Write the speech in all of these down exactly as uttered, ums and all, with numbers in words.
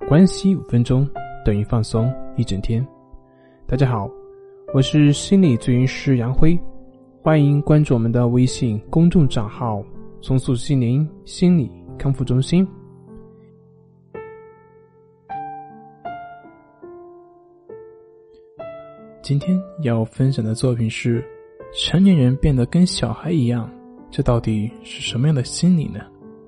关系五分钟等于放松一整天。大家好，我是心理咨询师杨辉，欢迎关注我们的微信公众账号重塑心灵心理康复中心。今天要分享的作品是成年人变得跟小孩一样，这到底是什么样的心理呢？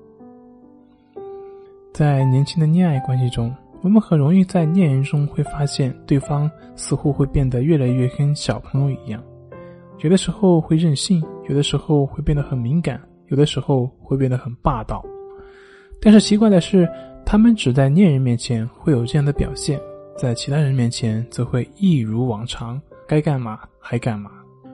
在年轻的恋爱关系中，我们很容易在恋人中会发现对方似乎会变得越来越跟小朋友一样，有的时候会任性，有的时候会变得很敏感，有的时候会变得很霸道。但是奇怪的是，他们只在恋人面前会有这样的表现，在其他人面前则会一如往常，该干嘛还干嘛。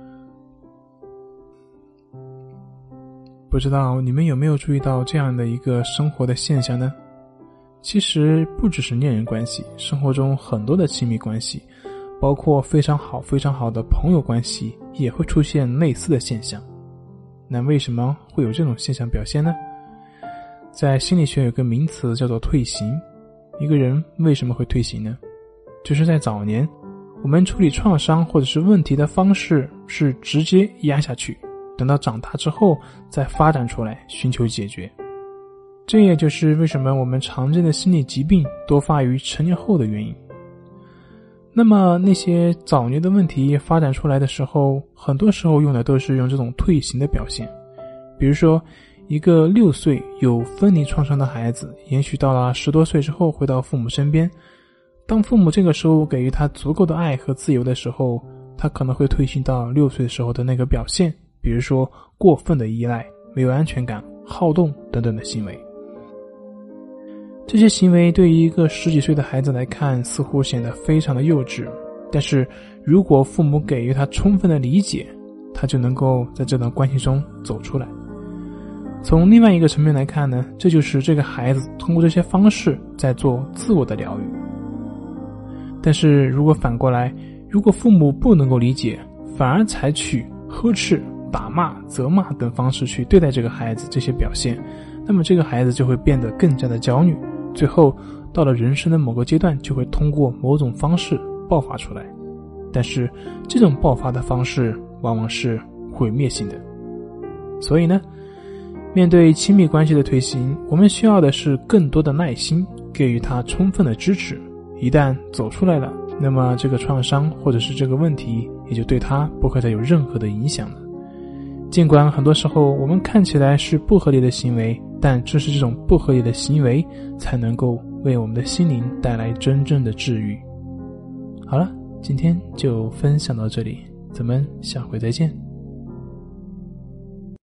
不知道你们有没有注意到这样的一个生活的现象呢？其实不只是恋人关系，生活中很多的亲密关系，包括非常好非常好的朋友关系，也会出现类似的现象。那为什么会有这种现象表现呢？在心理学有个名词叫做退行。一个人为什么会退行呢？就是在早年，我们处理创伤或者是问题的方式是直接压下去，等到长大之后再发展出来寻求解决。这也就是为什么我们常见的心理疾病多发于成年后的原因。那么那些早年的问题发展出来的时候，很多时候用的都是用这种退行的表现。比如说一个六岁有分离创伤的孩子，延续到了十多岁之后回到父母身边，当父母这个时候给予他足够的爱和自由的时候，他可能会退行到六岁时候的那个表现，比如说过分的依赖、没有安全感、好动等等的行为。这些行为对于一个十几岁的孩子来看似乎显得非常的幼稚，但是如果父母给予他充分的理解，他就能够在这段关系中走出来。从另外一个层面来看呢，这就是这个孩子通过这些方式在做自我的疗愈。但是如果反过来，如果父母不能够理解，反而采取呵斥、打骂、责骂等方式去对待这个孩子这些表现，那么这个孩子就会变得更加的焦虑，最后到了人生的某个阶段就会通过某种方式爆发出来。但是这种爆发的方式往往是毁灭性的。所以呢，面对亲密关系的退行，我们需要的是更多的耐心，给予他充分的支持。一旦走出来了，那么这个创伤或者是这个问题也就对他不会再有任何的影响了。尽管很多时候我们看起来是不合理的行为，但正是这种不合理的行为才能够为我们的心灵带来真正的治愈。好了，今天就分享到这里，咱们下回再见。